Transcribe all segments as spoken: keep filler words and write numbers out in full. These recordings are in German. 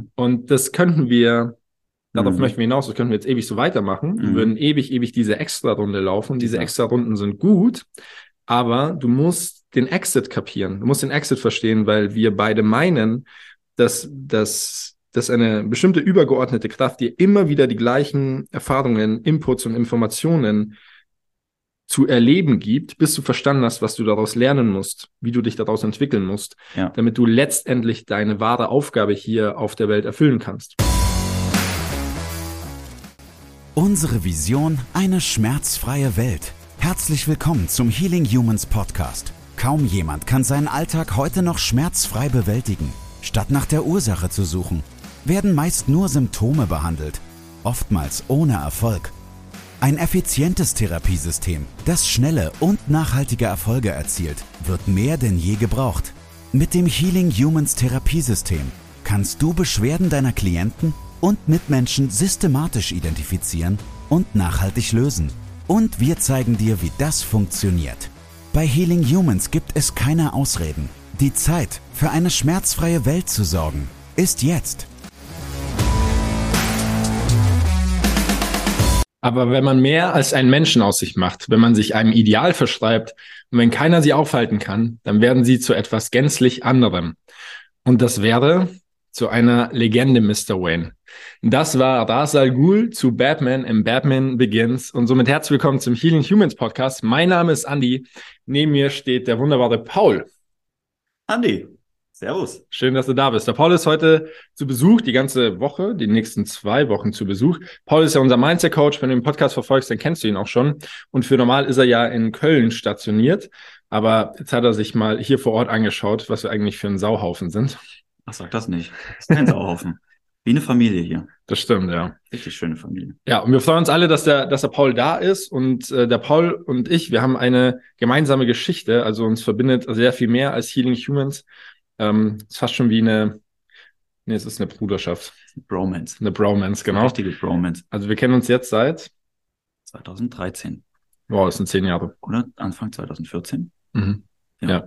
Und das könnten wir, darauf Mhm. möchten wir hinaus, das könnten wir jetzt ewig so weitermachen. Wir Mhm. würden ewig, ewig diese Extra-Runde laufen. Diese Ja. Extra-Runden sind gut, aber du musst den Exit kapieren. Du musst den Exit verstehen, weil wir beide meinen, dass, dass, dass eine bestimmte übergeordnete Kraft dir immer wieder die gleichen Erfahrungen, Inputs und Informationen zu erleben gibt, bis du verstanden hast, was du daraus lernen musst, wie du dich daraus entwickeln musst, Ja. damit du letztendlich deine wahre Aufgabe hier auf der Welt erfüllen kannst. Unsere Vision: eine schmerzfreie Welt. Herzlich willkommen zum Healing Humans Podcast. Kaum jemand kann seinen Alltag heute noch schmerzfrei bewältigen. Statt nach der Ursache zu suchen, werden meist nur Symptome behandelt, oftmals ohne Erfolg. Ein effizientes Therapiesystem, das schnelle und nachhaltige Erfolge erzielt, wird mehr denn je gebraucht. Mit dem Healing Humans Therapiesystem kannst du Beschwerden deiner Klienten und Mitmenschen systematisch identifizieren und nachhaltig lösen. Und wir zeigen dir, wie das funktioniert. Bei Healing Humans gibt es keine Ausreden. Die Zeit, für eine schmerzfreie Welt zu sorgen, ist jetzt. Aber wenn man mehr als einen Menschen aus sich macht, wenn man sich einem Ideal verschreibt und wenn keiner sie aufhalten kann, dann werden sie zu etwas gänzlich anderem. Und das wäre zu einer Legende, Mister Wayne. Das war Ra's al Ghul zu Batman im Batman Begins. Und somit herzlich willkommen zum Healing Humans Podcast. Mein Name ist Andi. Neben mir steht der wunderbare Paul. Andi, servus. Schön, dass du da bist. Der Paul ist heute zu Besuch, die ganze Woche, die nächsten zwei Wochen zu Besuch. Paul ist ja unser Mindset-Coach. Wenn du den Podcast verfolgst, dann kennst du ihn auch schon. Und für normal ist er ja in Köln stationiert. Aber jetzt hat er sich mal hier vor Ort angeschaut, was wir eigentlich für ein Sauhaufen sind. Ach, sag das nicht. Das ist kein Sauhaufen. Wie eine Familie hier. Das stimmt, ja. Richtig schöne Familie. Ja, und wir freuen uns alle, dass der, dass der Paul da ist. Und äh, der Paul und ich, wir haben eine gemeinsame Geschichte. Also uns verbindet sehr viel mehr als Healing Humans. Ähm, ist fast schon wie eine, nee, es ist eine Bruderschaft. Bromance. Eine Bromance, genau. Eine richtige Bromance. Also wir kennen uns jetzt seit, zwanzig dreizehn. wow, das sind zehn Jahre. Oder Anfang zwanzig vierzehn. Mhm. Ja. Ja.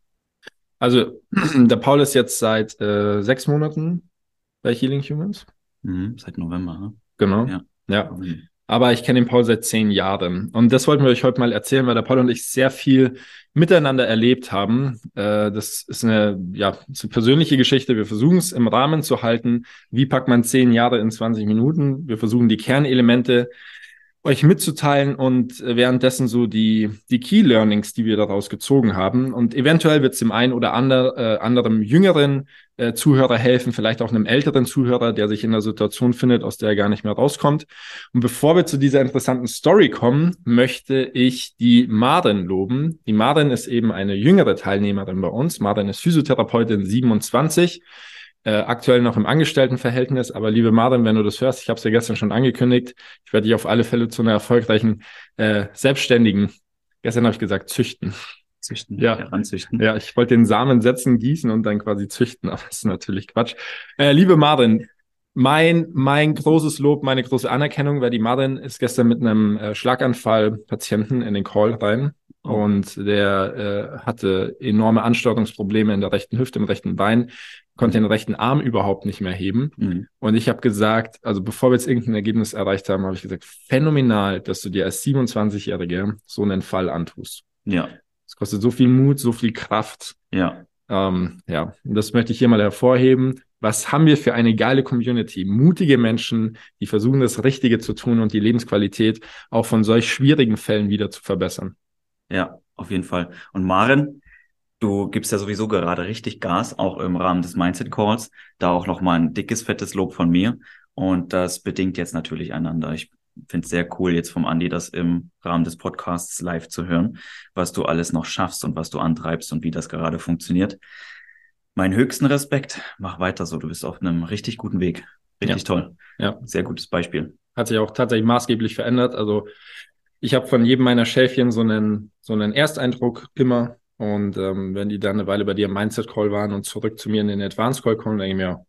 Also der Paul ist jetzt seit äh, sechs Monaten bei Healing Humans. Mhm, seit November, ne? Genau. Ja. Ja. Aber ich kenne den Paul seit zehn Jahren. Und das wollten wir euch heute mal erzählen, weil der Paul und ich sehr viel miteinander erlebt haben. Äh, das ist eine, ja, ist eine persönliche Geschichte. Wir versuchen es im Rahmen zu halten. Wie packt man zehn Jahre in zwanzig Minuten? Wir versuchen die Kernelemente euch mitzuteilen und währenddessen so die, die Key Learnings, die wir daraus gezogen haben. Und eventuell wird es dem einen oder ander, äh, anderen jüngeren äh, Zuhörer helfen, vielleicht auch einem älteren Zuhörer, der sich in einer Situation findet, aus der er gar nicht mehr rauskommt. Und bevor wir zu dieser interessanten Story kommen, möchte ich die Maren loben. Die Maren ist eben eine jüngere Teilnehmerin bei uns. Maren ist Physiotherapeutin, siebenundzwanzig. Äh, aktuell noch im Angestelltenverhältnis, aber liebe Maren, wenn du das hörst, ich habe es ja gestern schon angekündigt, ich werde dich auf alle Fälle zu einer erfolgreichen äh, Selbstständigen, gestern habe ich gesagt, züchten. Züchten, Ja. heranzüchten. Ja, ich wollte den Samen setzen, gießen und dann quasi züchten, aber das ist natürlich Quatsch. Äh, liebe Maren, mein mein großes Lob, meine große Anerkennung, weil die Maren ist gestern mit einem äh, Schlaganfall-Patienten in den Call rein. Oh. Und der äh, hatte enorme Ansteuerungsprobleme in der rechten Hüfte, im rechten Bein, konnte den rechten Arm überhaupt nicht mehr heben. Mhm. Und ich habe gesagt, also bevor wir jetzt irgendein Ergebnis erreicht haben, habe ich gesagt, phänomenal, dass du dir als siebenundzwanzigjährige so einen Fall antust. Ja, Es kostet so viel Mut, so viel Kraft. ja, Ähm, ja, und das möchte ich hier mal hervorheben. Was haben wir für eine geile Community? Mutige Menschen, die versuchen, das Richtige zu tun und die Lebensqualität auch von solch schwierigen Fällen wieder zu verbessern. ja, auf jeden Fall. Und Maren, du gibst ja sowieso gerade richtig Gas, auch im Rahmen des Mindset Calls. Da auch nochmal ein dickes, fettes Lob von mir. Und das bedingt jetzt natürlich einander. Ich finde es sehr cool, jetzt vom Andi das im Rahmen des Podcasts live zu hören, was du alles noch schaffst und was du antreibst und wie das gerade funktioniert. Meinen höchsten Respekt, mach weiter so. Du bist auf einem richtig guten Weg. Richtig Ja. toll. Ja. Sehr gutes Beispiel. Hat sich auch tatsächlich maßgeblich verändert. Also ich habe von jedem meiner Schäfchen so einen, so einen Ersteindruck immer. Und ähm, wenn die dann eine Weile bei dir im Mindset-Call waren und zurück zu mir in den Advanced-Call kommen, denke ich mir,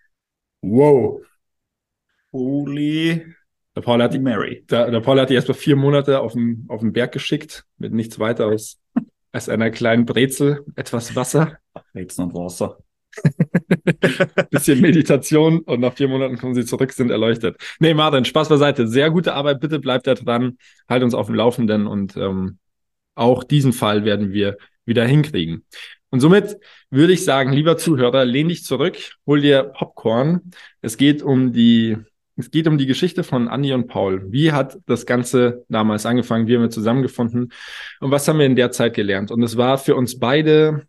wow. Holy Der Paul hat die, Mary. der, der Paul hat die erst mal vier Monate auf den, auf den Berg geschickt, mit nichts weiter als, als einer kleinen Brezel, etwas Wasser. Weizen und Wasser. Bisschen Meditation und nach vier Monaten kommen sie zurück, sind erleuchtet. Nee, Martin, Spaß beiseite. Sehr gute Arbeit, bitte bleibt da dran, halt uns auf dem Laufenden und ähm, auch diesen Fall werden wir wieder hinkriegen. Und somit würde ich sagen, lieber Zuhörer, lehn dich zurück, hol dir Popcorn. Es geht um die, es geht um die Geschichte von Andi und Paul. Wie hat das Ganze damals angefangen? Wie haben wir zusammengefunden? Und was haben wir in der Zeit gelernt? Und es war für uns beide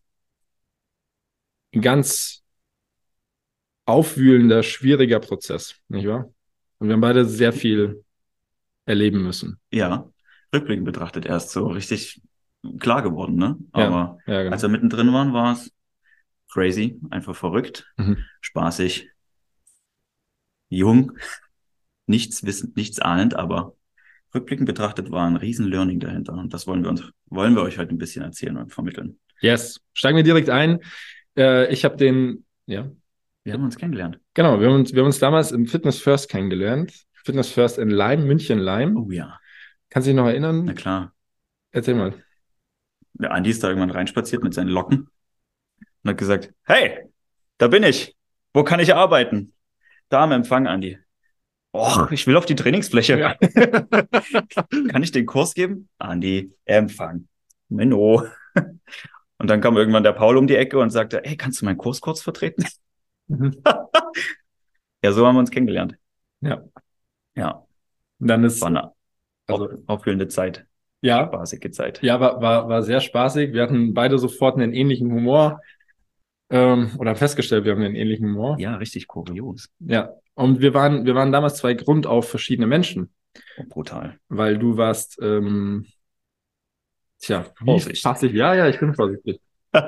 ein ganz aufwühlender, schwieriger Prozess, nicht wahr? Und wir haben beide sehr viel erleben müssen. Ja, rückblickend betrachtet erst so richtig klar geworden, ne? Ja, Aber ja, genau. als wir mittendrin waren, war es crazy, einfach verrückt, Mhm. spaßig, jung, nichts wissend, nichts ahnend, aber rückblickend betrachtet war ein riesen Learning dahinter. Und das wollen wir uns, wollen wir euch heute ein bisschen erzählen und vermitteln. Yes, steigen wir direkt ein. Äh, ich habe den, ja, Wir haben uns kennengelernt. genau, wir haben uns, wir haben uns damals im Fitness First kennengelernt. Fitness First in Leim, München, Leim. Oh ja, Kannst du dich noch na erinnern? klar. Erzähl mal. Der Andi ist da irgendwann reinspaziert mit seinen Locken und hat gesagt, hey, da bin ich. Wo kann ich arbeiten? Da am Empfang, Andi. Och, ich will auf die Trainingsfläche. Ja. Kann ich den Kurs geben? Andi, Empfang. Menno. Und dann kam irgendwann der Paul um die Ecke und sagte, hey, kannst du meinen Kurs kurz vertreten? Mhm. Ja, so haben wir uns kennengelernt. Ja. Ja, Und dann ist, war eine also, auf- auffüllende Zeit, ja, spaßige Zeit. ja, war, war, war sehr spaßig. Wir hatten beide sofort einen ähnlichen Humor. Ähm, oder festgestellt, wir haben einen ähnlichen Humor. Ja, richtig kurios. Ja. Und wir waren, wir waren damals zwei grundauf verschiedene Menschen, Oh, brutal. weil du warst, ähm, tja, wie Vorsicht. fassig? Ja, ja, ich bin vorsichtig.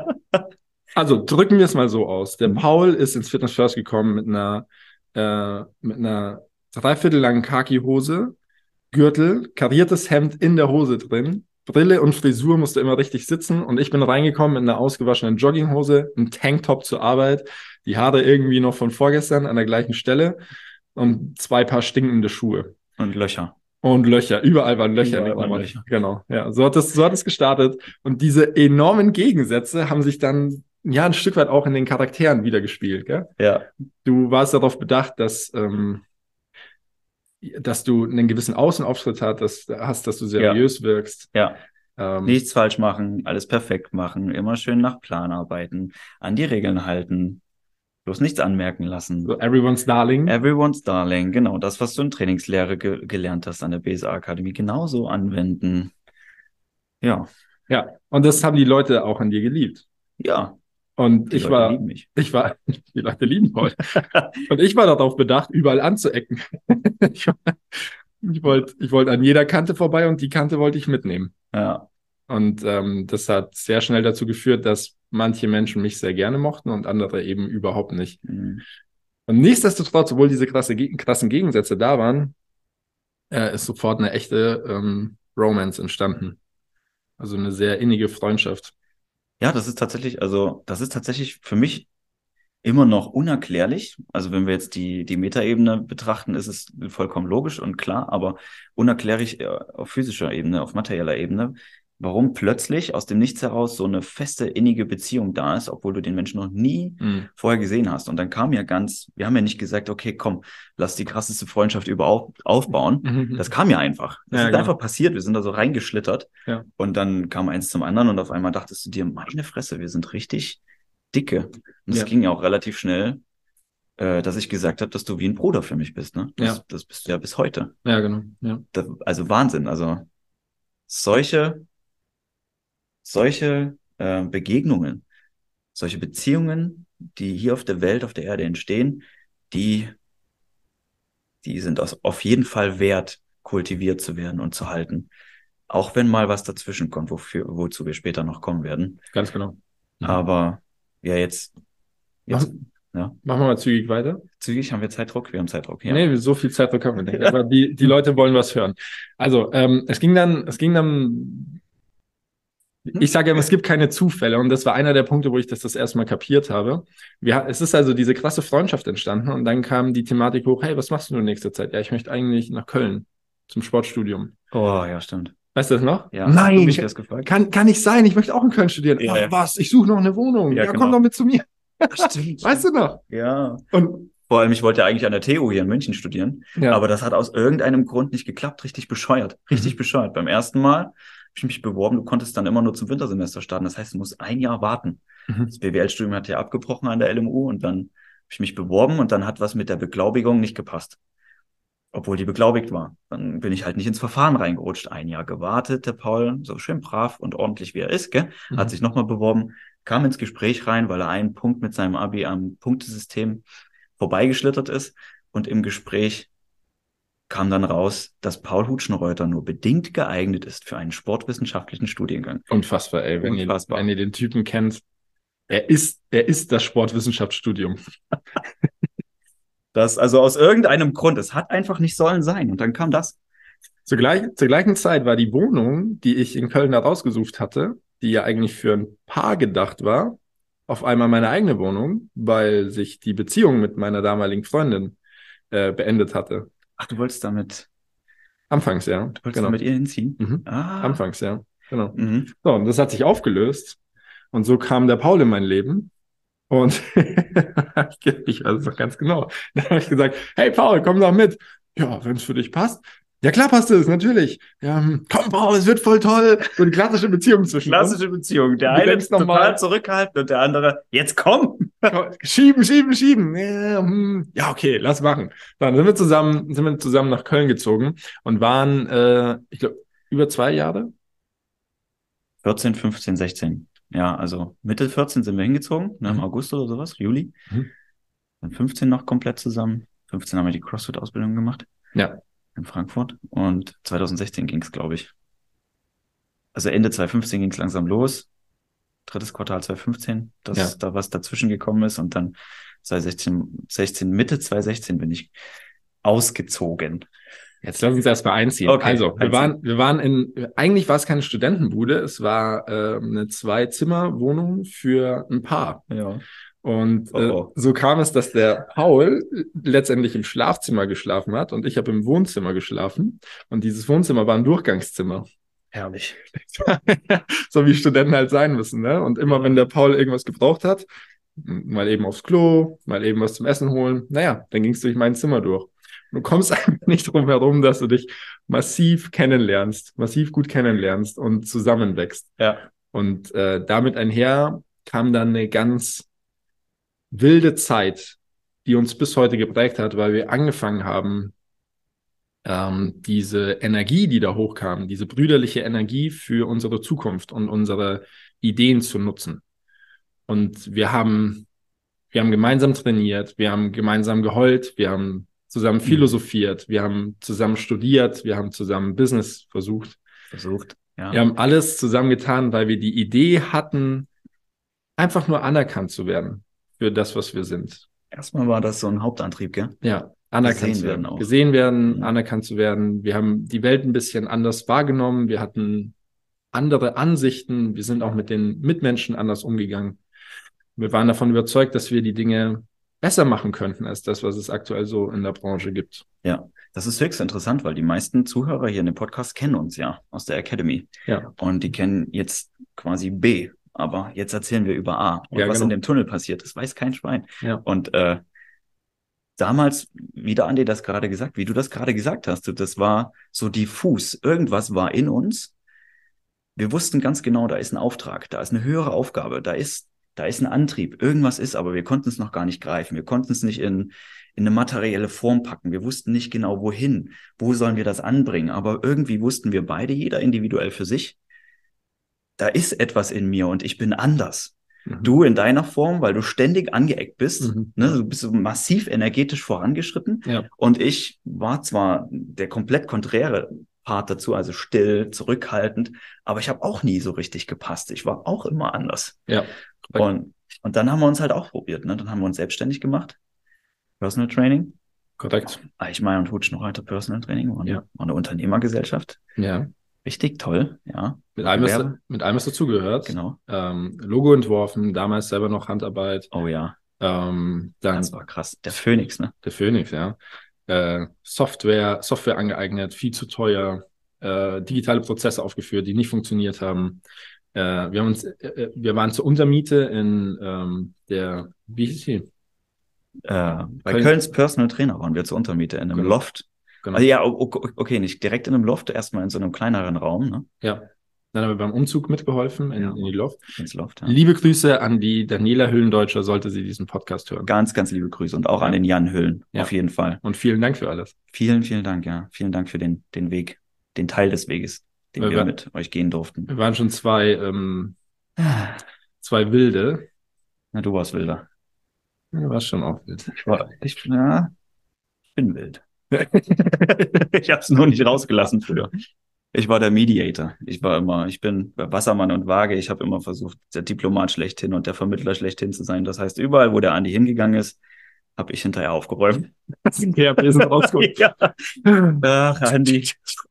Also drücken wir es mal so aus. Der Mhm. Paul ist ins Fitness First gekommen mit einer, äh, mit einer dreiviertel langen Khaki-Hose, Gürtel, kariertes Hemd in der Hose drin, Brille und Frisur musste immer richtig sitzen und ich bin reingekommen mit einer ausgewaschenen Jogginghose, einem Tanktop zur Arbeit, die Haare irgendwie noch von vorgestern an der gleichen Stelle und zwei Paar stinkende Schuhe. Und Löcher. Und Löcher, überall waren Löcher in Überall den waren Klamotten. Löcher. Genau, ja. So hat es, so hat es gestartet. Und diese enormen Gegensätze haben sich dann ja ein Stück weit auch in den Charakteren wiedergespiegelt, gell? Ja, Du warst darauf bedacht, dass, ähm, dass du einen gewissen Außenauftritt hast, dass, hast, dass du seriös wirkst. ja. Ähm, Nichts falsch machen, alles perfekt machen, immer schön nach Plan arbeiten, an die Regeln halten, bloß nichts anmerken lassen. so everyone's darling. Everyone's Darling, genau, das, was du in Trainingslehre ge gelernt hast an der B S A-Akademie, genauso anwenden. Ja, Ja. Und das haben die Leute auch an dir geliebt. ja, Und die ich Leute war, lieben mich. ich war, die Leute lieben Paul. Und ich war darauf bedacht, überall anzuecken. Ich, ich wollte, ich wollte an jeder Kante vorbei und die Kante wollte ich mitnehmen. Ja, Und ähm, das hat sehr schnell dazu geführt, dass manche Menschen mich sehr gerne mochten und andere eben überhaupt nicht. mhm. Und nichtsdestotrotz, obwohl diese krasse, ge- krassen Gegensätze da waren, äh, ist sofort eine echte ähm, Romance entstanden. Also eine sehr innige Freundschaft. Ja, das ist tatsächlich, also das ist tatsächlich für mich immer noch unerklärlich. Also wenn wir jetzt die, die Metaebene betrachten, ist es vollkommen logisch und klar, aber unerklärlich äh, auf physischer Ebene, auf materieller Ebene, warum plötzlich aus dem Nichts heraus so eine feste, innige Beziehung da ist, obwohl du den Menschen noch nie Mhm. vorher gesehen hast. Und dann kam ja ganz, wir haben ja nicht gesagt, okay, komm, lass die krasseste Freundschaft überhaupt aufbauen. Mhm. Das kam ja einfach. Das Ja, ist genau. einfach passiert. Wir sind da so reingeschlittert. Ja. Und dann kam eins zum anderen und auf einmal dachtest du dir, meine Fresse, wir sind richtig dicke. Und es Ja. ging ja auch relativ schnell, äh, dass ich gesagt habe, dass du wie ein Bruder für mich bist. Ne? Das, Ja. das bist du ja bis heute. Ja, genau. Ja. Das, also Wahnsinn. Also solche, solche äh, Begegnungen, solche Beziehungen, die hier auf der Welt, auf der Erde entstehen, die, die sind aus, auf jeden Fall wert, kultiviert zu werden und zu halten. Auch wenn mal was dazwischen kommt, wofür, wozu wir später noch kommen werden. Ganz genau. Mhm. Aber ja, jetzt, jetzt ja. Machen wir mal zügig weiter. Zügig haben wir Zeitdruck, wir haben Zeitdruck. Ja. Nee, so viel Zeit bekommen wir nicht. Aber die, die Leute wollen was hören. Also, ähm, es ging dann, es ging dann, ich sage immer, es gibt keine Zufälle. Und das war einer der Punkte, wo ich das das erste Mal kapiert habe. Wir, es ist also diese krasse Freundschaft entstanden und dann kam die Thematik hoch, hey, was machst du in nächster Zeit? Ja, ich möchte eigentlich nach Köln zum Sportstudium. Oh, ja, stimmt. Weißt du das noch? Ja. Hast du Nein, mich das gefragt? kann, kann nicht sein. Ich möchte auch in Köln studieren. Ja, Ach, ja. was? Ich suche noch eine Wohnung. Ja, Ja, genau. komm doch mit zu mir. Stimmt. Weißt du noch? Ja. Und Vor allem, ich wollte ja eigentlich an der T U hier in München studieren, ja. aber das hat aus irgendeinem Grund nicht geklappt. Richtig bescheuert. Richtig Mhm. bescheuert. Beim ersten Mal habe ich mich beworben, du konntest dann immer nur zum Wintersemester starten. Das heißt, du musst ein Jahr warten. Mhm. Das B W L-Studium hat ja abgebrochen an der L M U und dann habe ich mich beworben und dann hat was mit der Beglaubigung nicht gepasst. Obwohl die beglaubigt war. Dann bin ich halt nicht ins Verfahren reingerutscht. Ein Jahr gewartet, der Paul, so schön brav und ordentlich wie er ist, gell? Hat Mhm. sich nochmal beworben, kam ins Gespräch rein, weil er einen Punkt mit seinem Abi am Punktesystem vorbeigeschlittert ist. Und im Gespräch kam dann raus, dass Paul Hutschenreuter nur bedingt geeignet ist für einen sportwissenschaftlichen Studiengang. Unfassbar, ey, wenn ihr, Unfassbar. wenn ihr den Typen kennt. Er ist, er ist das Sportwissenschaftsstudium. Das also aus irgendeinem Grund, es hat einfach nicht sollen sein. Und dann kam das. Zur, gleich, zur gleichen Zeit war die Wohnung, die ich in Köln da rausgesucht hatte, die ja eigentlich für ein Paar gedacht war, auf einmal meine eigene Wohnung, weil sich die Beziehung mit meiner damaligen Freundin äh, beendet hatte. Ach, du wolltest damit, Anfangs, ja. du wolltest Genau. da mit ihr hinziehen? Mhm. Ah. Anfangs, ja. Genau. Mhm. So, und das hat sich aufgelöst. Und so kam der Paul in mein Leben. Und ich weiß es noch ganz genau. Dann habe ich gesagt, hey Paul, komm doch mit. Ja, wenn es für dich passt. Ja, klar passt es, natürlich. Ja, hm, komm Paul, es wird voll toll. So eine klassische Beziehung zwischen Klassische Beziehung. Der Du eine denkst ist noch total mal- zurückgehalten und der andere, jetzt komm! uns. Schieben, schieben, schieben. Ja, hm. Ja, okay, lass machen. Dann sind wir zusammen, sind wir zusammen nach Köln gezogen und waren, äh, ich glaube, über zwei Jahre. vierzehn, fünfzehn, sechzehn. Ja, also Mitte vierzehn sind wir hingezogen, ne, im Mhm. August oder sowas, Juli. Mhm. Dann fünfzehn noch komplett zusammen. fünfzehn haben wir die CrossFit-Ausbildung gemacht Ja, in Frankfurt und zwanzig sechzehn ging es, glaube ich. Also Ende zwanzig fünfzehn ging es langsam los. Drittes Quartal zwanzig fünfzehn, dass Ja. da was dazwischen gekommen ist und dann zwanzig sechzehn, sechzehn, Mitte zwanzig sechzehn bin ich ausgezogen. jetzt lass uns erstmal einziehen. Okay, Also, wir einziehen. waren, wir waren in, eigentlich war es keine Studentenbude, es war äh, eine Zwei-Zimmer-Wohnung für ein Paar. Ja. Und äh, Oh, oh. so kam es, dass der Paul letztendlich im Schlafzimmer geschlafen hat und ich habe im Wohnzimmer geschlafen. Und dieses Wohnzimmer war ein Durchgangszimmer. Herrlich. So wie Studenten halt sein müssen, ne? Und immer wenn der Paul irgendwas gebraucht hat, mal eben aufs Klo, mal eben was zum Essen holen, naja, dann ging es durch mein Zimmer durch. Du kommst einfach nicht drum herum, dass du dich massiv kennenlernst, massiv gut kennenlernst und zusammenwächst. Ja. Und äh, damit einher kam dann eine ganz wilde Zeit, die uns bis heute geprägt hat, weil wir angefangen haben, ähm, diese Energie, die da hochkam, diese brüderliche Energie für unsere Zukunft und unsere Ideen zu nutzen. Und wir haben, wir haben gemeinsam trainiert, wir haben gemeinsam geheult, wir haben zusammen philosophiert, wir haben zusammen studiert, wir haben zusammen Business versucht. Versucht. Ja. Wir haben alles zusammen getan, weil wir die Idee hatten, einfach nur anerkannt zu werden für das, was wir sind. Erstmal war das so ein Hauptantrieb, gell? Ja, anerkannt Gesehen zu werden. werden auch. Gesehen werden, Ja. anerkannt zu werden. Wir haben die Welt ein bisschen anders wahrgenommen. Wir hatten andere Ansichten. Wir sind auch mit den Mitmenschen anders umgegangen. Wir waren davon überzeugt, dass wir die Dinge besser machen könnten als das, was es aktuell so in der Branche gibt. Ja, das ist höchst interessant, weil die meisten Zuhörer hier in dem Podcast kennen uns ja aus der Academy. Ja, Und die kennen jetzt quasi B. Aber jetzt erzählen wir über A. Und Ja, was genau. in dem Tunnel passiert, das weiß kein Schwein. ja, Und äh, damals, wie der Andi das gerade gesagt, wie du das gerade gesagt hast, du, das war so diffus. Irgendwas war in uns. Wir wussten ganz genau, da ist ein Auftrag, da ist eine höhere Aufgabe, da ist, da ist ein Antrieb. Irgendwas ist, aber wir konnten es noch gar nicht greifen. Wir konnten es nicht in, in eine materielle Form packen. Wir wussten nicht genau, wohin. Wo sollen wir das anbringen? Aber irgendwie wussten wir beide, jeder individuell für sich, da ist etwas in mir und ich bin anders. Mhm. Du in deiner Form, weil du ständig angeeckt bist, Mhm. ne, du bist so massiv energetisch vorangeschritten. ja, Und ich war zwar der komplett konträre Part dazu, also still, zurückhaltend, aber ich habe auch nie so richtig gepasst. Ich war auch immer anders. ja. Und, und dann haben wir uns halt auch probiert. Ne? Dann haben wir uns selbstständig gemacht. Personal Training. Korrekt. Eichmeier und Hutschenreuter Personal Training. War eine, Ja. war eine Unternehmergesellschaft. Ja. Richtig toll, ja. Mit allem, ist, Gewerbe. mit allem ist dazugehört. Genau. Ähm, Logo entworfen, damals selber noch Handarbeit. Oh ja, Ähm, dann das war krass. Der Phönix, ne? der Phoenix, ja. Äh, Software, Software angeeignet, viel zu teuer, äh, digitale Prozesse aufgeführt, die nicht funktioniert haben. Äh, wir haben uns, äh, wir waren zur Untermiete in ähm, der, wie hieß sie? Äh, bei Köln- Kölns Personal Trainer waren wir zur Untermiete in einem Genau. Loft. Genau. Also ja, o- o- okay, nicht direkt in einem Loft, erstmal in so einem kleineren Raum, ne? Ja. Dann haben wir beim Umzug mitgeholfen in, Ja. in die Loft. Ins Loft, ja. Liebe Grüße an die Daniela Hüllendeutscher, sollte sie diesen Podcast hören. Ganz, ganz liebe Grüße und auch Ja. an den Jan Hüllen, Ja. auf jeden Fall. Und vielen Dank für alles. Vielen, vielen Dank, ja. Vielen Dank für den, den Weg, den Teil des Weges, den Wir wir waren- mit euch gehen durften. Wir waren schon zwei, ähm, zwei Wilde. Na, du warst wilder. Ja, war schon auch wild. Ich war, ich, ja, ich bin wild. Ich habe es nur nicht rausgelassen früher. Ich war der Mediator. Ich war immer, ich bin Wassermann und Waage. Ich habe immer versucht, der Diplomat schlechthin und der Vermittler schlechthin zu sein. Das heißt, überall, wo der Andi hingegangen ist, habe ich hinterher aufgeräumt. Ja, wir sind rausgeholt. Ja. Ach, Andi.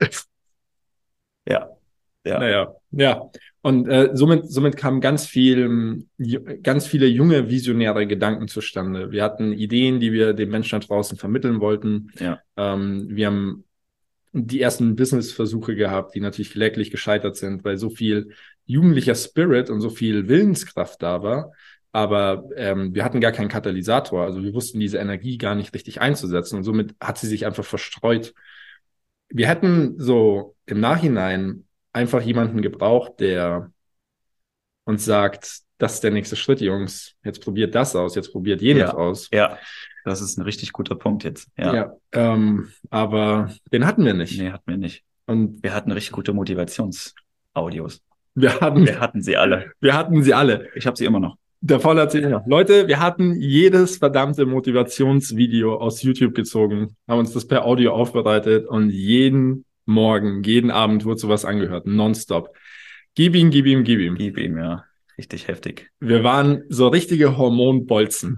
Ja. Ja. Naja, ja. Und äh, somit, somit kamen ganz viel, ju- ganz viele junge visionäre Gedanken zustande. Wir hatten Ideen, die wir den Menschen da draußen vermitteln wollten. Ja. Ähm, wir haben die ersten Business-Versuche gehabt, die natürlich kläglich gescheitert sind, weil so viel jugendlicher Spirit und so viel Willenskraft da war. Aber ähm, wir hatten gar keinen Katalysator. Also wir wussten diese Energie gar nicht richtig einzusetzen. Und somit hat sie sich einfach verstreut. Wir hätten so im Nachhinein einfach jemanden gebraucht, der uns sagt, das ist der nächste Schritt, Jungs. Jetzt probiert das aus, jetzt probiert jenes Ja. aus. Ja. Das ist ein richtig guter Punkt jetzt. Ja. Ja, ähm, aber den hatten wir nicht. Nee, hatten wir nicht. Und Wir hatten richtig gute Motivationsaudios. wir hatten, Wir hatten sie alle. wir hatten sie alle. Ich habe sie immer noch. Der Paul hat sie, ja. Leute, wir hatten jedes verdammte Motivationsvideo aus YouTube gezogen, haben uns das per Audio aufbereitet und jeden Morgen, jeden Abend wurde sowas angehört, nonstop. Gib ihm, gib ihm, gib ihm. Gib ihm, ja. Richtig heftig. Wir waren so richtige Hormonbolzen.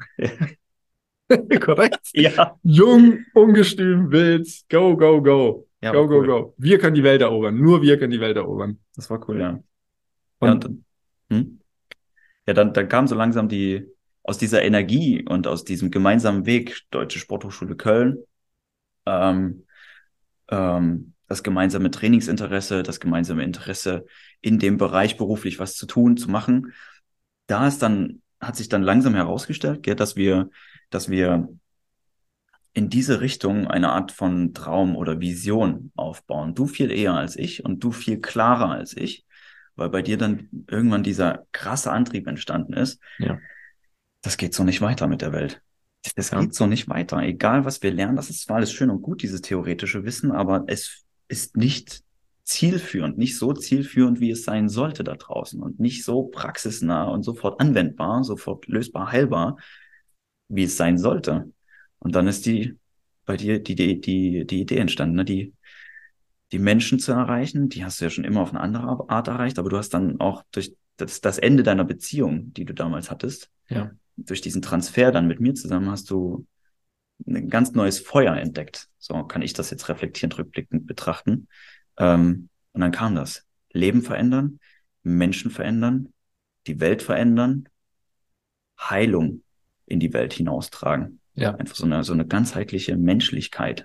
Korrekt? Ja. Jung, ungestüm, wild, go, go, go. Ja, go, war go, cool. go. Wir können die Welt erobern. Nur wir können die Welt erobern. Das war cool, ja. Und, ja, und dann, hm? ja, dann, dann kam so langsam die, aus dieser Energie und aus diesem gemeinsamen Weg, Deutsche Sporthochschule Köln, ähm, ähm, das gemeinsame Trainingsinteresse, das gemeinsame Interesse in dem Bereich beruflich was zu tun, zu machen. Da ist dann, hat sich dann langsam herausgestellt, gell, dass wir, dass wir in diese Richtung eine Art von Traum oder Vision aufbauen. Du viel eher als ich und du viel klarer als ich, weil bei dir dann irgendwann dieser krasse Antrieb entstanden ist. Ja. Das geht so nicht weiter mit der Welt. Das Ja. geht so nicht weiter. Egal, was wir lernen, das ist zwar alles schön und gut, dieses theoretische Wissen, aber es ist nicht zielführend, nicht so zielführend, wie es sein sollte da draußen und nicht so praxisnah und sofort anwendbar, sofort lösbar, heilbar, wie es sein sollte. Und dann ist die bei dir die, die, die, die Idee entstanden, ne? die, die Menschen zu erreichen. Die hast du ja schon immer auf eine andere Art erreicht, aber du hast dann auch durch das, das Ende deiner Beziehung, die du damals hattest, Ja. durch diesen Transfer dann mit mir zusammen, hast du ein ganz neues Feuer entdeckt. So kann ich das jetzt reflektierend, rückblickend betrachten. Ähm, und dann kam das. Leben verändern, Menschen verändern, die Welt verändern, Heilung in die Welt hinaustragen. Ja. Einfach so eine, so eine ganzheitliche Menschlichkeit.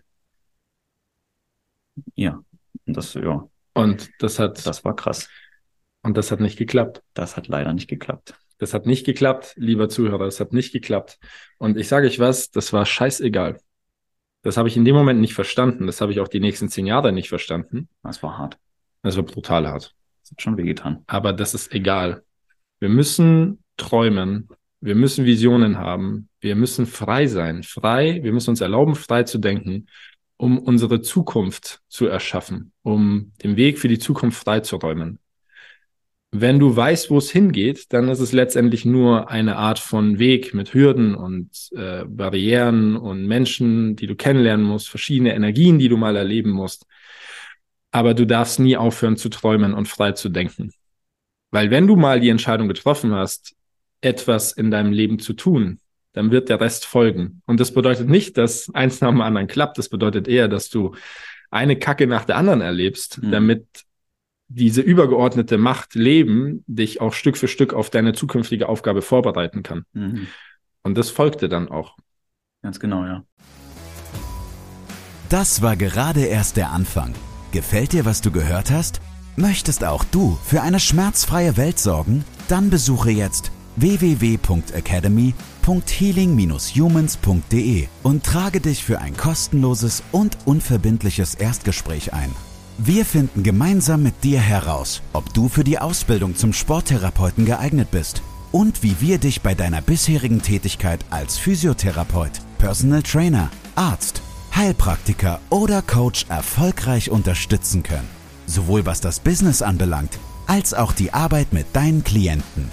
Ja. Und das, ja, Und das hat, das war krass. und das hat nicht geklappt. Das hat leider nicht geklappt. Das hat nicht geklappt, lieber Zuhörer. Das hat nicht geklappt. Und ich sage euch was, das war scheißegal. Das habe ich in dem Moment nicht verstanden. Das habe ich auch die nächsten zehn Jahre nicht verstanden. Das war hart. Das war brutal hart. Das hat schon wehgetan. Aber das ist egal. Wir müssen träumen. Wir müssen Visionen haben. Wir müssen frei sein. Frei. Wir müssen uns erlauben, frei zu denken, um unsere Zukunft zu erschaffen, um den Weg für die Zukunft freizuräumen. Wenn du weißt, wo es hingeht, dann ist es letztendlich nur eine Art von Weg mit Hürden und äh, Barrieren und Menschen, die du kennenlernen musst, verschiedene Energien, die du mal erleben musst. Aber du darfst nie aufhören zu träumen und frei zu denken. Weil wenn du mal die Entscheidung getroffen hast, etwas in deinem Leben zu tun, dann wird der Rest folgen. Und das bedeutet nicht, dass eins nach dem anderen klappt. Das bedeutet eher, dass du eine Kacke nach der anderen erlebst, Mhm. damit diese übergeordnete Macht Leben dich auch Stück für Stück auf deine zukünftige Aufgabe vorbereiten kann. Mhm. Und das folgte dann auch. Ganz genau, ja. Das war gerade erst der Anfang. Gefällt dir, was du gehört hast? Möchtest auch du für eine schmerzfreie Welt sorgen? Dann besuche jetzt w w w punkt academy punkt healing Bindestrich humans punkt d e und trage dich für ein kostenloses und unverbindliches Erstgespräch ein. Wir finden gemeinsam mit dir heraus, ob du für die Ausbildung zum Sporttherapeuten geeignet bist und wie wir dich bei deiner bisherigen Tätigkeit als Physiotherapeut, Personal Trainer, Arzt, Heilpraktiker oder Coach erfolgreich unterstützen können. Sowohl was das Business anbelangt, als auch die Arbeit mit deinen Klienten.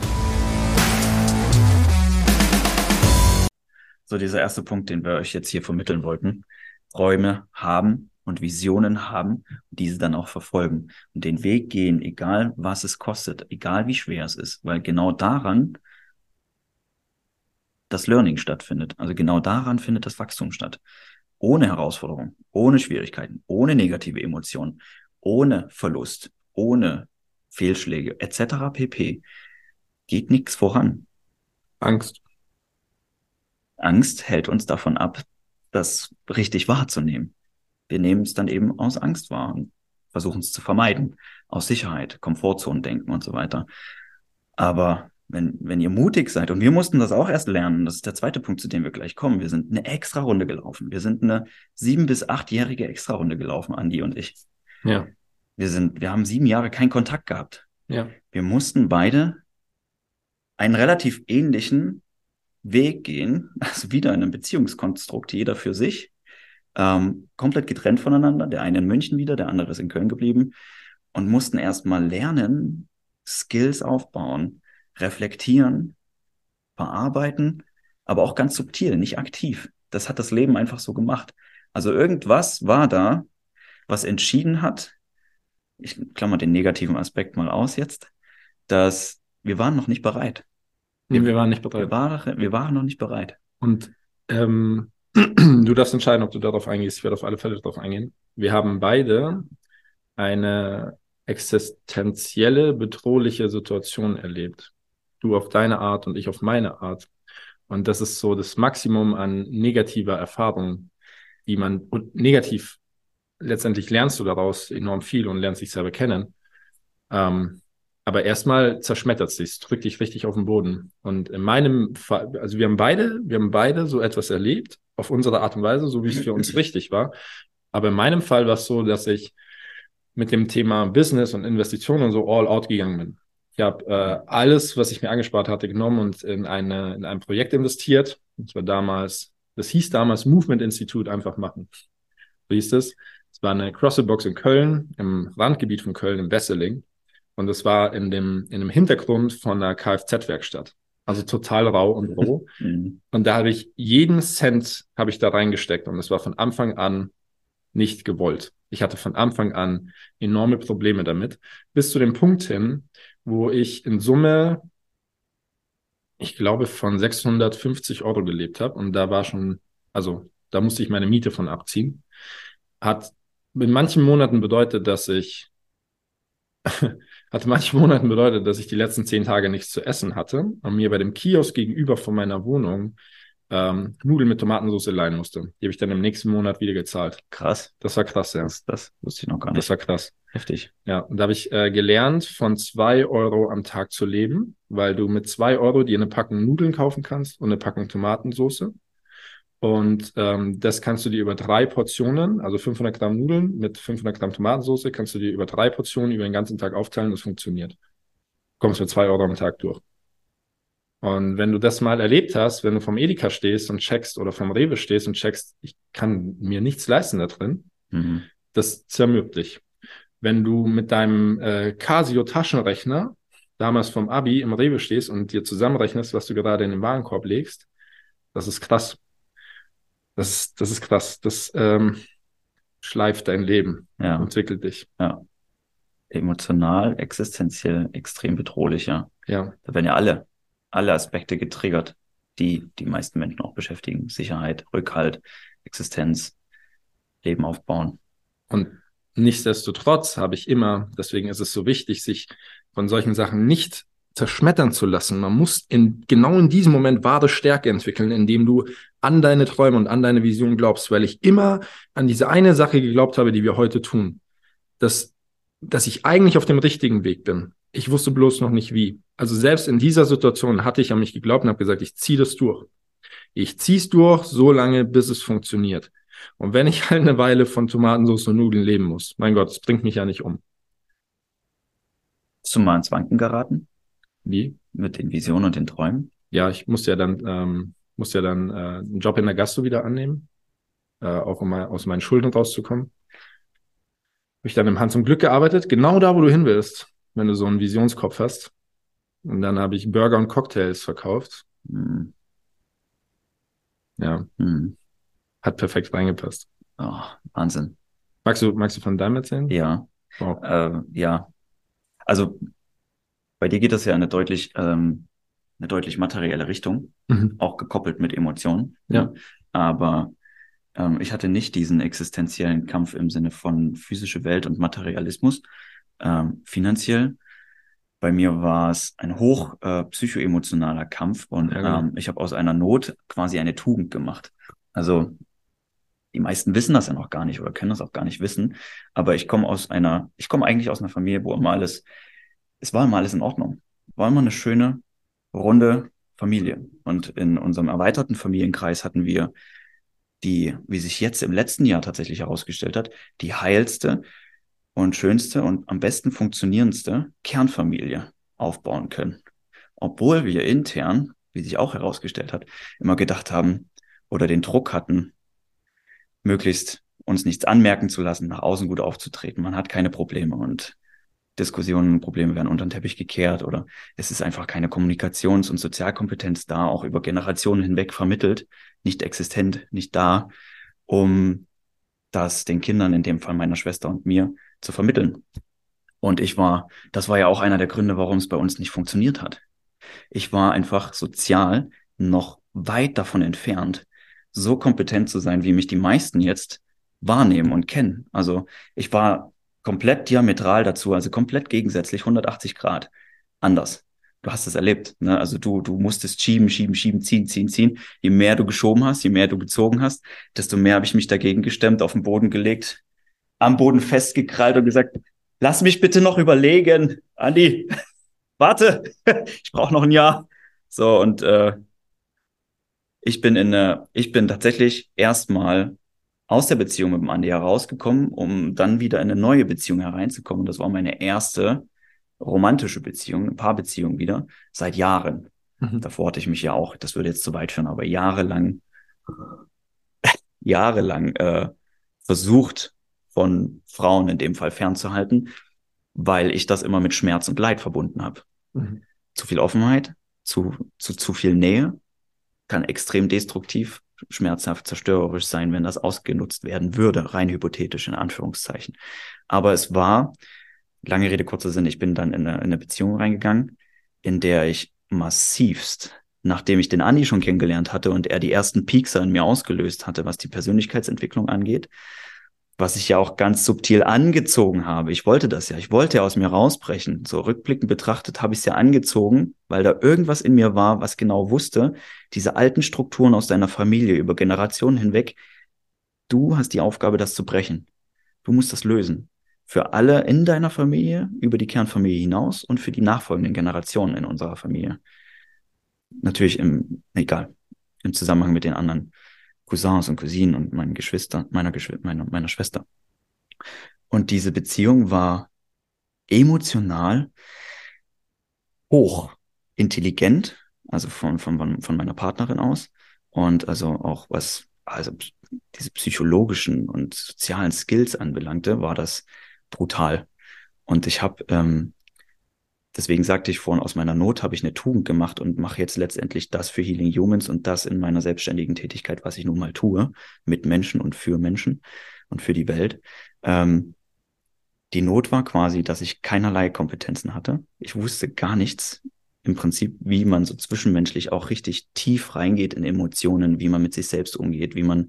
So, dieser erste Punkt, den wir euch jetzt hier vermitteln wollten: Träume haben und Visionen haben, diese dann auch verfolgen und den Weg gehen, egal was es kostet, egal wie schwer es ist, weil genau daran das Learning stattfindet. Also genau daran findet das Wachstum statt. Ohne Herausforderung, ohne Schwierigkeiten, ohne negative Emotionen, ohne Verlust, ohne Fehlschläge et cetera pp. Geht nichts voran. Angst. Angst hält uns davon ab, das richtig wahrzunehmen. Wir nehmen es dann eben aus Angst wahr und versuchen es zu vermeiden. Aus Sicherheit, Komfortzonendenken und so weiter. Aber wenn, wenn ihr mutig seid, und wir mussten das auch erst lernen, das ist der zweite Punkt, zu dem wir gleich kommen. Wir sind eine Extra-Runde gelaufen. Wir sind eine sieben- bis achtjährige Extra-Runde gelaufen, Andi und ich. Ja. Wir sind, wir haben sieben Jahre keinen Kontakt gehabt. Ja. Wir mussten beide einen relativ ähnlichen Weg gehen, also wieder in einem Beziehungskonstrukt, jeder für sich, ähm, komplett getrennt voneinander, der eine in München wieder, der andere ist in Köln geblieben, und mussten erstmal lernen, Skills aufbauen, reflektieren, verarbeiten, aber auch ganz subtil, nicht aktiv. Das hat das Leben einfach so gemacht. Also irgendwas war da, was entschieden hat, ich klammer den negativen Aspekt mal aus jetzt, dass wir waren noch nicht bereit. Wir, wir waren nicht bereit. Wir waren, wir waren noch nicht bereit. Und ähm, du darfst entscheiden, ob du darauf eingehst. Ich werde auf alle Fälle darauf eingehen. Wir haben beide eine existenzielle, bedrohliche Situation erlebt. Du auf deine Art und ich auf meine Art. Und das ist so das Maximum an negativer Erfahrung, die man, und negativ, letztendlich lernst du daraus enorm viel und lernst dich selber kennen. Ähm, aber erstmal zerschmettert es dich, es drückt dich richtig auf den Boden. Und in meinem Fall, also wir haben beide, wir haben beide so etwas erlebt, auf unsere Art und Weise, so wie es für uns richtig war. Aber in meinem Fall war es so, dass ich mit dem Thema Business und Investitionen und so all out gegangen bin. Ich habe äh, alles, was ich mir angespart hatte, genommen und in, eine, in ein Projekt investiert. Das war damals, das hieß damals Movement Institute, einfach machen. So hieß es. Es war eine CrossFit-Box in Köln, im Randgebiet von Köln, im Wesseling. Und das war in dem, in dem Hintergrund von einer Kfz-Werkstatt. Also total rau und roh. Mhm. Und da habe ich jeden Cent habe ich da reingesteckt. Und es war von Anfang an nicht gewollt. Ich hatte von Anfang an enorme Probleme damit. Bis zu dem Punkt hin, wo ich in Summe, ich glaube, von sechshundertfünfzig Euro gelebt habe. Und da war schon, also da musste ich meine Miete von abziehen. Hat in manchen Monaten bedeutet, dass ich hat in manchen Monaten bedeutet, dass ich die letzten zehn Tage nichts zu essen hatte und mir bei dem Kiosk gegenüber von meiner Wohnung ähm, Nudeln mit Tomatensauce leihen musste. Die habe ich dann im nächsten Monat wieder gezahlt. Krass. Das war krass, ja. Das, das wusste ich noch gar nicht. Das war krass. Heftig. Ja, und da habe ich äh, gelernt, von zwei Euro am Tag zu leben, weil du mit zwei Euro dir eine Packung Nudeln kaufen kannst und eine Packung Tomatensauce. Und ähm, das kannst du dir über drei Portionen, also fünfhundert Gramm Nudeln mit fünfhundert Gramm Tomatensauce, kannst du dir über drei Portionen über den ganzen Tag aufteilen. Das funktioniert. Du kommst mit zwei Euro am Tag durch. Und wenn du das mal erlebt hast, wenn du vom Edeka stehst und checkst oder vom Rewe stehst und checkst, ich kann mir nichts leisten da drin, Mhm. das zermürbt dich. Wenn du mit deinem äh, Casio-Taschenrechner damals vom Abi im Rewe stehst und dir zusammenrechnest, was du gerade in den Warenkorb legst, das ist krass. Das ist, das ist krass. Das ähm, schleift dein Leben, Ja. entwickelt dich. Ja. Emotional, existenziell, extrem bedrohlich, ja. Ja, Da werden ja alle, alle Aspekte getriggert, die die meisten Menschen auch beschäftigen. Sicherheit, Rückhalt, Existenz, Leben aufbauen. und nichtsdestotrotz habe ich immer, deswegen ist es so wichtig, sich von solchen Sachen nicht zerschmettern zu lassen. Man muss in genau in diesem Moment wahre Stärke entwickeln, indem du an deine Träume und an deine Vision glaubst, weil ich immer an diese eine Sache geglaubt habe, die wir heute tun. Dass dass ich eigentlich auf dem richtigen Weg bin. Ich wusste bloß noch nicht wie. Also selbst in dieser Situation hatte ich an mich geglaubt und habe gesagt, ich ziehe das durch. Ich ziehe es durch, so lange, bis es funktioniert. Und wenn ich halt eine Weile von Tomatensauce und Nudeln leben muss, mein Gott, das bringt mich ja nicht um. Bist du mal ins Wanken geraten? Wie? Mit den Visionen und den Träumen? Ja, ich musste ja dann, ähm, musste ja dann äh, einen Job in der Gastro wieder annehmen, äh, auch um mal aus meinen Schulden rauszukommen. Habe ich dann im Hand zum Glück gearbeitet, genau da, wo du hin willst, wenn du so einen Visionskopf hast. Und dann habe ich Burger und Cocktails verkauft. Hm. Ja, Hm. hat perfekt reingepasst. Oh, Wahnsinn. Magst du, magst du von deinem erzählen? Ja, Wow. äh, ja. Also bei dir geht das ja in eine deutlich, ähm, eine deutlich materielle Richtung, Mhm. auch gekoppelt mit Emotionen. Ja. Ne? Aber ähm, ich hatte nicht diesen existenziellen Kampf im Sinne von physische Welt und Materialismus. Ähm, finanziell. Bei mir war es ein hoch äh, psychoemotionaler Kampf und Ja, genau. ähm, ich habe aus einer Not quasi eine Tugend gemacht. Also die meisten wissen das ja noch gar nicht oder können das auch gar nicht wissen. Aber ich komme aus einer, ich komme eigentlich aus einer Familie, wo immer alles, es war immer alles in Ordnung. War immer eine schöne, runde Familie. Und in unserem erweiterten Familienkreis hatten wir die, wie sich jetzt im letzten Jahr tatsächlich herausgestellt hat, die heilste und schönste und am besten funktionierendste Kernfamilie aufbauen können. Obwohl wir intern, wie sich auch herausgestellt hat, immer gedacht haben oder den Druck hatten, möglichst uns nichts anmerken zu lassen, nach außen gut aufzutreten. Man hat keine Probleme und Diskussionen und Probleme werden unter den Teppich gekehrt oder es ist einfach keine Kommunikations- und Sozialkompetenz da, auch über Generationen hinweg vermittelt, nicht existent, nicht da, um das den Kindern, in dem Fall meiner Schwester und mir, zu vermitteln. Und ich war, das war ja auch einer der Gründe, warum es bei uns nicht funktioniert hat. Ich war einfach sozial noch weit davon entfernt, so kompetent zu sein, wie mich die meisten jetzt wahrnehmen und kennen. Also ich war komplett diametral dazu, also komplett gegensätzlich, hundertachtzig Grad anders. Du hast es erlebt, ne? Also du, du musstest schieben, schieben, schieben, ziehen, ziehen, ziehen. Je mehr du geschoben hast, je mehr du gezogen hast, desto mehr habe ich mich dagegen gestemmt, auf den Boden gelegt, am Boden festgekrallt und gesagt, lass mich bitte noch überlegen, Andi, warte, ich brauche noch ein Jahr. So, und äh, ich bin in eine, ich bin tatsächlich erstmal aus der Beziehung mit dem Andi herausgekommen, um dann wieder in eine neue Beziehung hereinzukommen. Und das war meine erste romantische Beziehung, eine Paarbeziehung wieder, seit Jahren. Mhm. Davor hatte ich mich ja auch, das würde jetzt zu weit führen, aber jahrelang, jahrelang äh, versucht, von Frauen in dem Fall fernzuhalten, weil ich das immer mit Schmerz und Leid verbunden habe. Mhm. Zu viel Offenheit, zu, zu, zu viel Nähe kann extrem destruktiv, schmerzhaft, zerstörerisch sein, wenn das ausgenutzt werden würde, rein hypothetisch in Anführungszeichen. Aber es war, lange Rede, kurzer Sinn, ich bin dann in eine, in eine Beziehung reingegangen, in der ich massivst, nachdem ich den Andi schon kennengelernt hatte und er die ersten Piekser in mir ausgelöst hatte, was die Persönlichkeitsentwicklung angeht, was ich ja auch ganz subtil angezogen habe. Ich wollte das ja, ich wollte ja aus mir rausbrechen. So rückblickend betrachtet habe ich es ja angezogen, weil da irgendwas in mir war, was genau wusste, diese alten Strukturen aus deiner Familie über Generationen hinweg, du hast die Aufgabe, das zu brechen. Du musst das lösen. Für alle in deiner Familie, über die Kernfamilie hinaus und für die nachfolgenden Generationen in unserer Familie. Natürlich im, egal, im Zusammenhang mit den anderen Cousins und Cousinen und meinen Geschwistern, meiner, Geschw meiner, meiner Schwester. Und diese Beziehung war emotional hoch intelligent, also von, von, von meiner Partnerin aus. Und also auch was, also diese psychologischen und sozialen Skills anbelangte, war das brutal. Und ich habe, ähm, deswegen sagte ich vorhin, aus meiner Not habe ich eine Tugend gemacht und mache jetzt letztendlich das für Healing Humans und das in meiner selbstständigen Tätigkeit, was ich nun mal tue, mit Menschen und für Menschen und für die Welt. Ähm, die Not war quasi, dass ich keinerlei Kompetenzen hatte. Ich wusste gar nichts im Prinzip, wie man so zwischenmenschlich auch richtig tief reingeht in Emotionen, wie man mit sich selbst umgeht, wie man,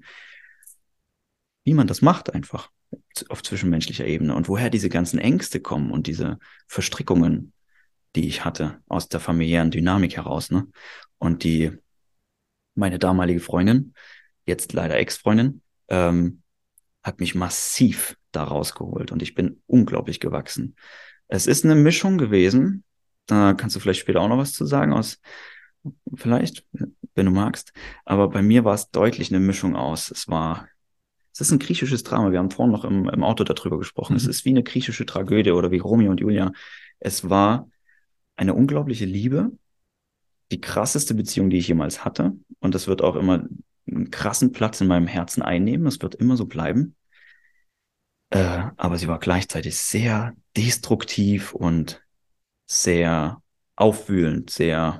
wie man das macht einfach auf zwischenmenschlicher Ebene und woher diese ganzen Ängste kommen und diese Verstrickungen, die ich hatte aus der familiären Dynamik heraus, ne? Und die, meine damalige Freundin, jetzt leider Ex-Freundin, ähm, hat mich massiv da rausgeholt und ich bin unglaublich gewachsen. Es ist eine Mischung gewesen, da kannst du vielleicht später auch noch was zu sagen, aus vielleicht, wenn du magst, aber bei mir war es deutlich eine Mischung aus. Es war, es ist ein griechisches Drama, wir haben vorhin noch im, im Auto darüber gesprochen, mhm. Es ist wie eine griechische Tragödie oder wie Romeo und Julia. Es war eine unglaubliche Liebe, die krasseste Beziehung, die ich jemals hatte und das wird auch immer einen krassen Platz in meinem Herzen einnehmen, das wird immer so bleiben. Äh, aber sie war gleichzeitig sehr destruktiv und sehr aufwühlend, sehr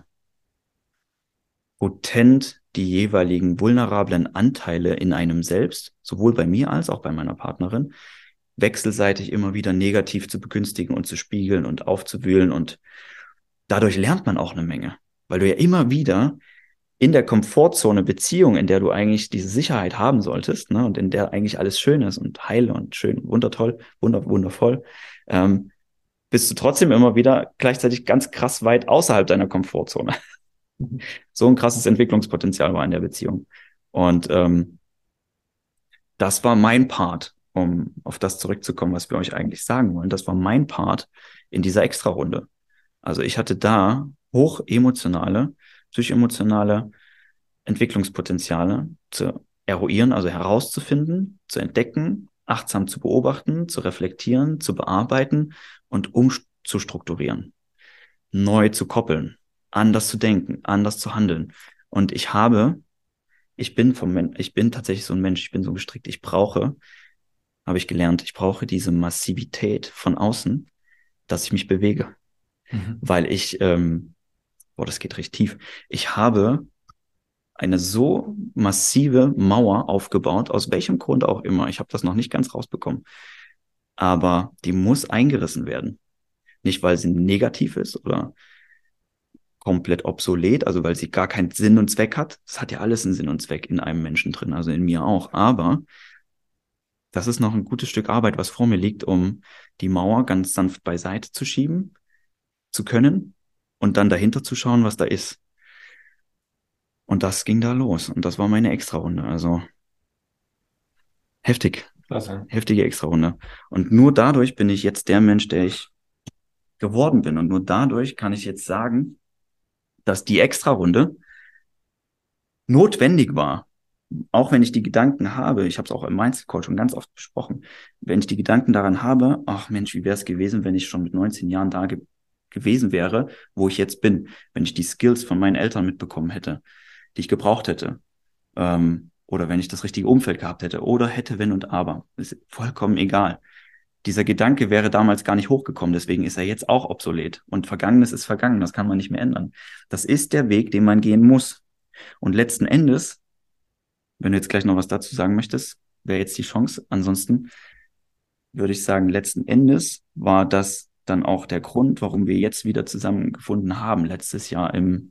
potent die jeweiligen vulnerablen Anteile in einem selbst, sowohl bei mir als auch bei meiner Partnerin, wechselseitig immer wieder negativ zu begünstigen und zu spiegeln und aufzuwühlen. Und dadurch lernt man auch eine Menge, weil du ja immer wieder in der Komfortzone Beziehung, in der du eigentlich diese Sicherheit haben solltest, ne, und in der eigentlich alles schön ist und heil und schön, wundertoll, wunder, wundervoll, ähm, bist du trotzdem immer wieder gleichzeitig ganz krass weit außerhalb deiner Komfortzone. So ein krasses Entwicklungspotenzial war in der Beziehung. Und ähm, das war mein Part, um auf das zurückzukommen, was wir euch eigentlich sagen wollen. Das war mein Part in dieser Extrarunde. Also ich hatte da hoch emotionale, psychoemotionale Entwicklungspotenziale zu eruieren, also herauszufinden, zu entdecken, achtsam zu beobachten, zu reflektieren, zu bearbeiten und umzustrukturieren, neu zu koppeln, anders zu denken, anders zu handeln. Und ich habe, ich bin vom Men- ich bin tatsächlich so ein Mensch, ich bin so gestrickt, ich brauche, habe ich gelernt, ich brauche diese Massivität von außen, dass ich mich bewege. Mhm. Weil ich, ähm, boah, das geht richtig tief, ich habe eine so massive Mauer aufgebaut, aus welchem Grund auch immer. Ich habe das noch nicht ganz rausbekommen. Aber die muss eingerissen werden. Nicht, weil sie negativ ist oder komplett obsolet, also weil sie gar keinen Sinn und Zweck hat. Das hat ja alles einen Sinn und Zweck in einem Menschen drin, also in mir auch. Aber das ist noch ein gutes Stück Arbeit, was vor mir liegt, um die Mauer ganz sanft beiseite zu schieben zu können und dann dahinter zu schauen, was da ist. Und das ging da los. Und das war meine Extrarunde. Also heftig. Klasse. Heftige Extrarunde. Und nur dadurch bin ich jetzt der Mensch, der ich geworden bin. Und nur dadurch kann ich jetzt sagen, dass die Extrarunde notwendig war. Auch wenn ich die Gedanken habe, ich habe es auch im Mindset Coach schon ganz oft besprochen, wenn ich die Gedanken daran habe, ach Mensch, wie wäre es gewesen, wenn ich schon mit neunzehn Jahren da ge- gewesen wäre, wo ich jetzt bin, wenn ich die Skills von meinen Eltern mitbekommen hätte, die ich gebraucht hätte, ähm, oder wenn ich das richtige Umfeld gehabt hätte, oder hätte, wenn und aber, ist vollkommen egal. Dieser Gedanke wäre damals gar nicht hochgekommen, deswegen ist er jetzt auch obsolet. Und Vergangenes ist vergangen, das kann man nicht mehr ändern. Das ist der Weg, den man gehen muss. Und letzten Endes, wenn du jetzt gleich noch was dazu sagen möchtest, wäre jetzt die Chance. Ansonsten würde ich sagen, letzten Endes war das dann auch der Grund, warum wir jetzt wieder zusammengefunden haben, letztes Jahr im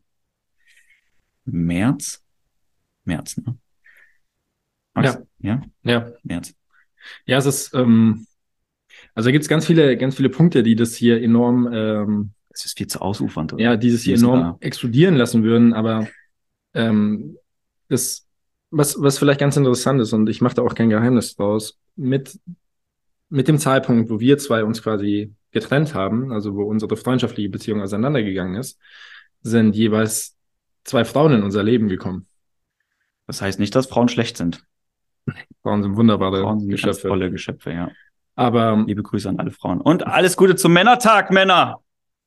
März. März, ne? Max? Ja. Ja? Ja. März. Ja, es ist, ähm, also da gibt es ganz viele, ganz viele Punkte, die das hier enorm, ähm, Es ist viel zu ausufernd. Oder? ja, dieses hier enorm explodieren lassen würden, aber ähm, das, was, was vielleicht ganz interessant ist, und ich mache da auch kein Geheimnis draus, mit, mit dem Zeitpunkt, wo wir zwei uns quasi getrennt haben, also wo unsere freundschaftliche Beziehung auseinandergegangen ist, sind jeweils zwei Frauen in unser Leben gekommen. Das heißt nicht, dass Frauen schlecht sind. Frauen sind wunderbare Frauen sind Geschöpfe. ganz tolle Geschöpfe, ja. Aber liebe Grüße an alle Frauen. Und alles Gute zum Männertag, Männer!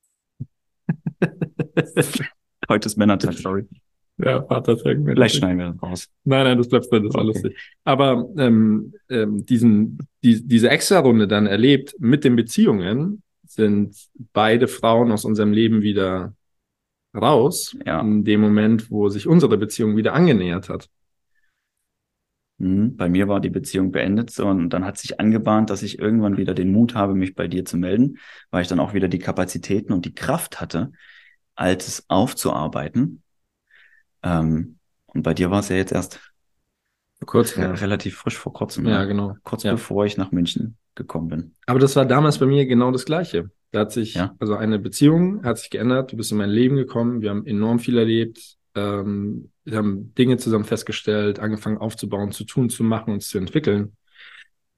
Heute ist Männertag, sorry. Ja, Vatertag. Vielleicht schneiden wir das raus. Nein, nein, das bleibt drin, das war okay. Lustig. Aber ähm, ähm, diesen, die, diese Extra-Runde dann erlebt mit den Beziehungen, sind beide Frauen aus unserem Leben wieder raus, ja. in dem Moment, wo sich unsere Beziehung wieder angenähert hat. Mhm. Bei mir war die Beziehung beendet so, und dann hat sich angebahnt, dass ich irgendwann wieder den Mut habe, mich bei dir zu melden, weil ich dann auch wieder die Kapazitäten und die Kraft hatte, Altes aufzuarbeiten. Ähm, und bei dir war es ja jetzt erst kurz, re- ja. relativ frisch vor kurzem. Ja, ne? genau. Kurz ja. bevor ich nach München gekommen bin. Aber das war damals bei mir genau das Gleiche. Da hat sich, ja? also eine Beziehung hat sich geändert, du bist in mein Leben gekommen, wir haben enorm viel erlebt, ähm, wir haben Dinge zusammen festgestellt, angefangen aufzubauen, zu tun, zu machen, uns zu entwickeln.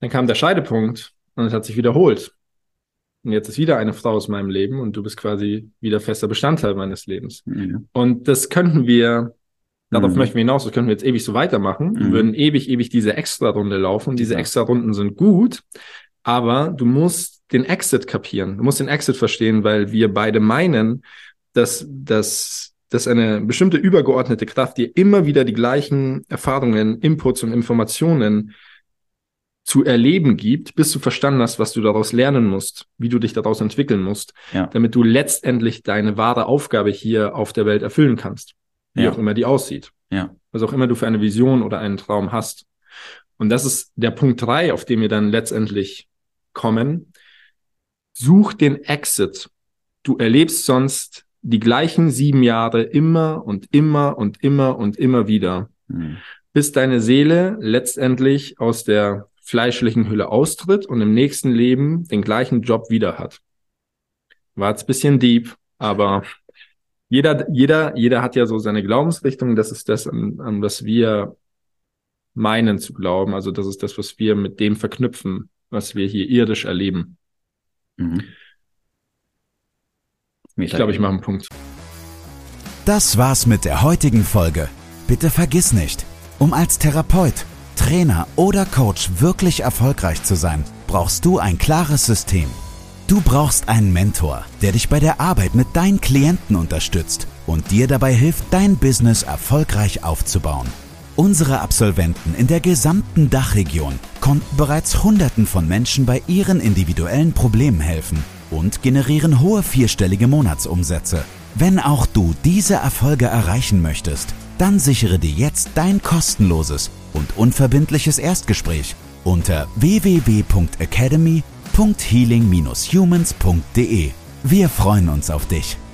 Dann kam der Scheidepunkt und es hat sich wiederholt. Und jetzt ist wieder eine Frau aus meinem Leben und du bist quasi wieder fester Bestandteil meines Lebens. Mhm. Und das könnten wir, darauf mhm. möchten wir hinaus, das könnten wir jetzt ewig so weitermachen. Mhm. Wir würden ewig, ewig diese Extra-Runde laufen. Und diese ja. Extra-Runden sind gut, aber du musst den Exit kapieren. Du musst den Exit verstehen, weil wir beide meinen, dass, dass, dass eine bestimmte übergeordnete Kraft dir immer wieder die gleichen Erfahrungen, Inputs und Informationen zu erleben gibt, bis du verstanden hast, was du daraus lernen musst, wie du dich daraus entwickeln musst, ja. damit du letztendlich deine wahre Aufgabe hier auf der Welt erfüllen kannst, wie ja. auch immer die aussieht. Ja. Was auch immer du für eine Vision oder einen Traum hast. Und das ist der Punkt drei, auf den wir dann letztendlich kommen. Such den Exit. Du erlebst sonst die gleichen sieben Jahre immer und immer und immer und immer wieder, mhm. bis deine Seele letztendlich aus der fleischlichen Hülle austritt und im nächsten Leben den gleichen Job wieder hat. War jetzt ein bisschen deep, aber jeder, jeder, jeder hat ja so seine Glaubensrichtung. Das ist das, an, an was wir meinen zu glauben. Also das ist das, was wir mit dem verknüpfen, was wir hier irdisch erleben. Mhm. Ich glaube, ich mache einen Punkt. Das war's mit der heutigen Folge. Bitte vergiss nicht, um als Therapeut, Trainer oder Coach wirklich erfolgreich zu sein, brauchst du ein klares System. Du brauchst einen Mentor, der dich bei der Arbeit mit deinen Klienten unterstützt und dir dabei hilft, dein Business erfolgreich aufzubauen. Unsere Absolventen in der gesamten Dachregion konnten bereits Hunderten von Menschen bei ihren individuellen Problemen helfen und generieren hohe vierstellige Monatsumsätze. Wenn auch du diese Erfolge erreichen möchtest, dann sichere dir jetzt dein kostenloses und unverbindliches Erstgespräch unter w w w punkt academy punkt healing dash humans punkt d e. Wir freuen uns auf dich.